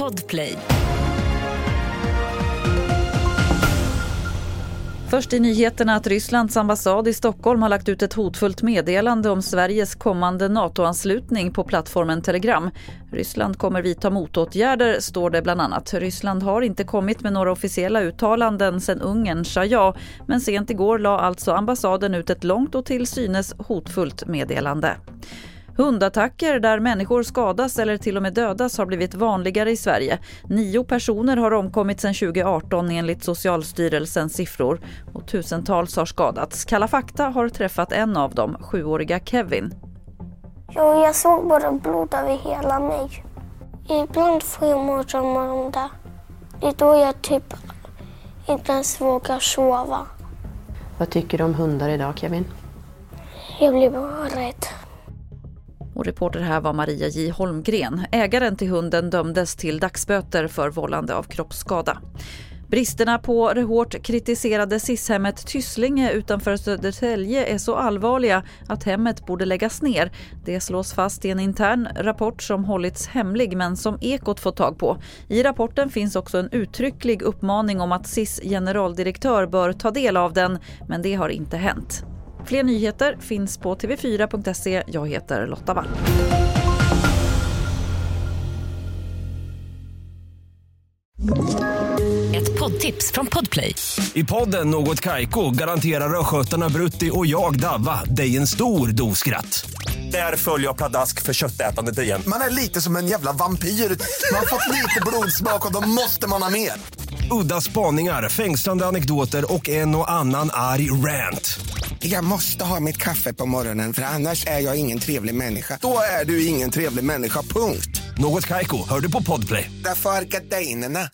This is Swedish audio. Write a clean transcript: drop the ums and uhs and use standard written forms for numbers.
Podplay. Först i nyheterna att Rysslands ambassad i Stockholm har lagt ut ett hotfullt meddelande om Sveriges kommande NATO-anslutning på plattformen Telegram. Ryssland kommer vidta motåtgärder, står det bland annat. Ryssland har inte kommit med några officiella uttalanden sedan Ungern sa ja, men sent igår la alltså ambassaden ut ett långt och till synes hotfullt meddelande. Hundattacker där människor skadas eller till och med dödas har blivit vanligare i Sverige. 9 personer har omkommit sedan 2018 enligt Socialstyrelsens siffror och tusentals har skadats. Kalla fakta har träffat en av dem, 7-åriga Kevin. Jo, jag såg bara blod över hela mig. Ibland får jag mardrömmar om det. Det är då jag typ inte ens vågar sova. Vad tycker du om hundar idag, Kevin? Jag blir bara rädd. Och reporter här var Maria J. Holmgren. Ägaren till hunden dömdes till dagsböter för vållande av kroppsskada. Bristerna på det hårt kritiserade SIS-hemmet Tysslinge utanför Södertälje är så allvarliga att hemmet borde läggas ner. Det slås fast i en intern rapport som hållits hemlig men som Ekot fått tag på. I rapporten finns också en uttrycklig uppmaning om att SIS generaldirektör bör ta del av den, men det har inte hänt. Fler nyheter finns på tv4.se. Jag heter Lotta Wall. Ett poddtips från Podplay. I podden Något Kaiko garanterar röskötarna Brutti och jag Davva dig en stor doskratt. Där följer jag pladask för köttätandet igen. Man är lite som en jävla vampyr. Man har fått lite blodsmak och då måste man ha mer. Udda spaningar, fängslande anekdoter och en och annan arg rant. Jag måste ha mitt kaffe på morgonen för annars är jag ingen trevlig människa. Då är du ingen trevlig människa, punkt. Något Kaiko, hör du på Podplay. Därför är gardinerna.